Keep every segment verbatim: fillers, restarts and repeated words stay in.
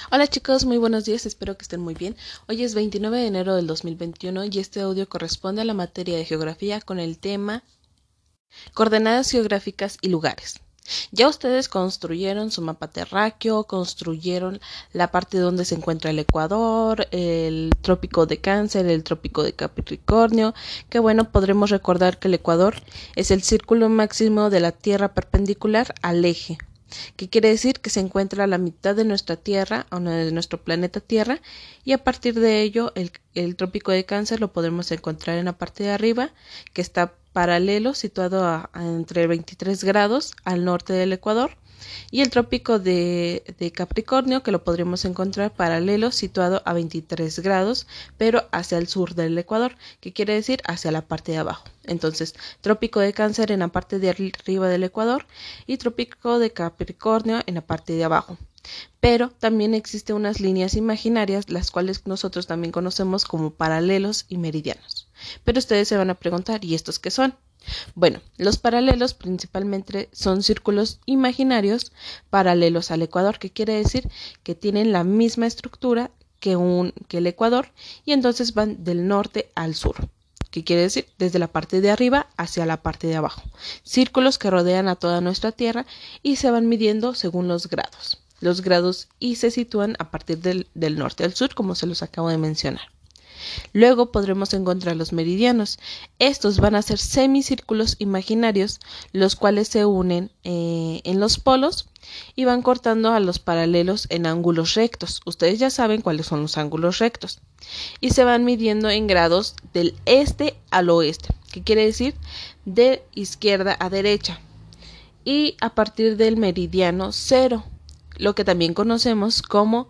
Hola chicos, muy buenos días, espero que estén muy bien. Hoy es veintinueve de enero del dos mil veintiuno y este audio corresponde a la materia de geografía con el tema coordenadas geográficas y lugares. Ya ustedes construyeron su mapa terráqueo, construyeron la parte donde se encuentra el Ecuador, el trópico de Cáncer, el trópico de Capricornio, que bueno, podremos recordar que el Ecuador es el círculo máximo de la Tierra perpendicular al eje, que quiere decir que se encuentra a la mitad de nuestra Tierra, o de nuestro planeta Tierra, y a partir de ello el, el trópico de Cáncer lo podremos encontrar en la parte de arriba, que está paralelo, situado a, a entre veintitrés grados al norte del Ecuador, y el trópico de, de Capricornio, que lo podríamos encontrar paralelo, situado a veintitrés grados, pero hacia el sur del Ecuador, que quiere decir hacia la parte de abajo. Entonces, trópico de Cáncer en la parte de arriba del Ecuador y trópico de Capricornio en la parte de abajo. Pero también existen unas líneas imaginarias, las cuales nosotros también conocemos como paralelos y meridianos. Pero ustedes se van a preguntar, ¿y estos qué son? Bueno, los paralelos principalmente son círculos imaginarios paralelos al Ecuador, que quiere decir que tienen la misma estructura que, un, que el Ecuador, y entonces van del norte al sur, que quiere decir desde la parte de arriba hacia la parte de abajo. Círculos que rodean a toda nuestra Tierra y se van midiendo según los grados. Los grados y se sitúan a partir del, del norte al sur, como se los acabo de mencionar. Luego podremos encontrar los meridianos. Estos van a ser semicírculos imaginarios, los cuales se unen eh, en los polos y van cortando a los paralelos en ángulos rectos. Ustedes ya saben cuáles son los ángulos rectos. Y se van midiendo en grados del este al oeste, que quiere decir de izquierda a derecha. Y a partir del meridiano cero, lo que también conocemos como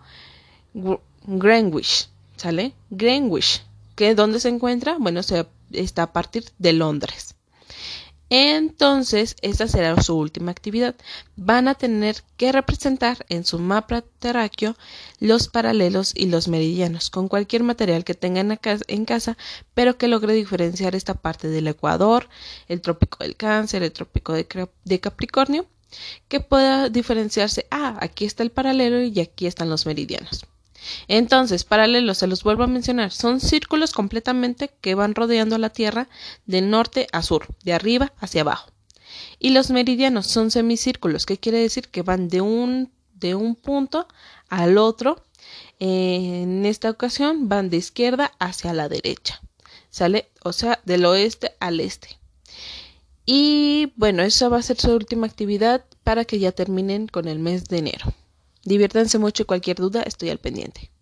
Greenwich. ¿Sale? Greenwich. ¿Que dónde se encuentra? Bueno, se, está a partir de Londres. Entonces, esta será su última actividad. Van a tener que representar en su mapa terráqueo los paralelos y los meridianos con cualquier material que tengan en casa, pero que logre diferenciar esta parte del Ecuador, el trópico del Cáncer, el trópico de, de Capricornio, que pueda diferenciarse. Ah, aquí está el paralelo y aquí están los meridianos. Entonces, paralelos, se los vuelvo a mencionar, son círculos completamente que van rodeando la Tierra de norte a sur, de arriba hacia abajo. Y los meridianos son semicírculos, que quiere decir que van de un, de un punto al otro. Eh, en esta ocasión van de izquierda hacia la derecha, ¿sale? O sea, del oeste al este. Y bueno, esa va a ser su última actividad para que ya terminen con el mes de enero. Diviértanse mucho y cualquier duda estoy al pendiente.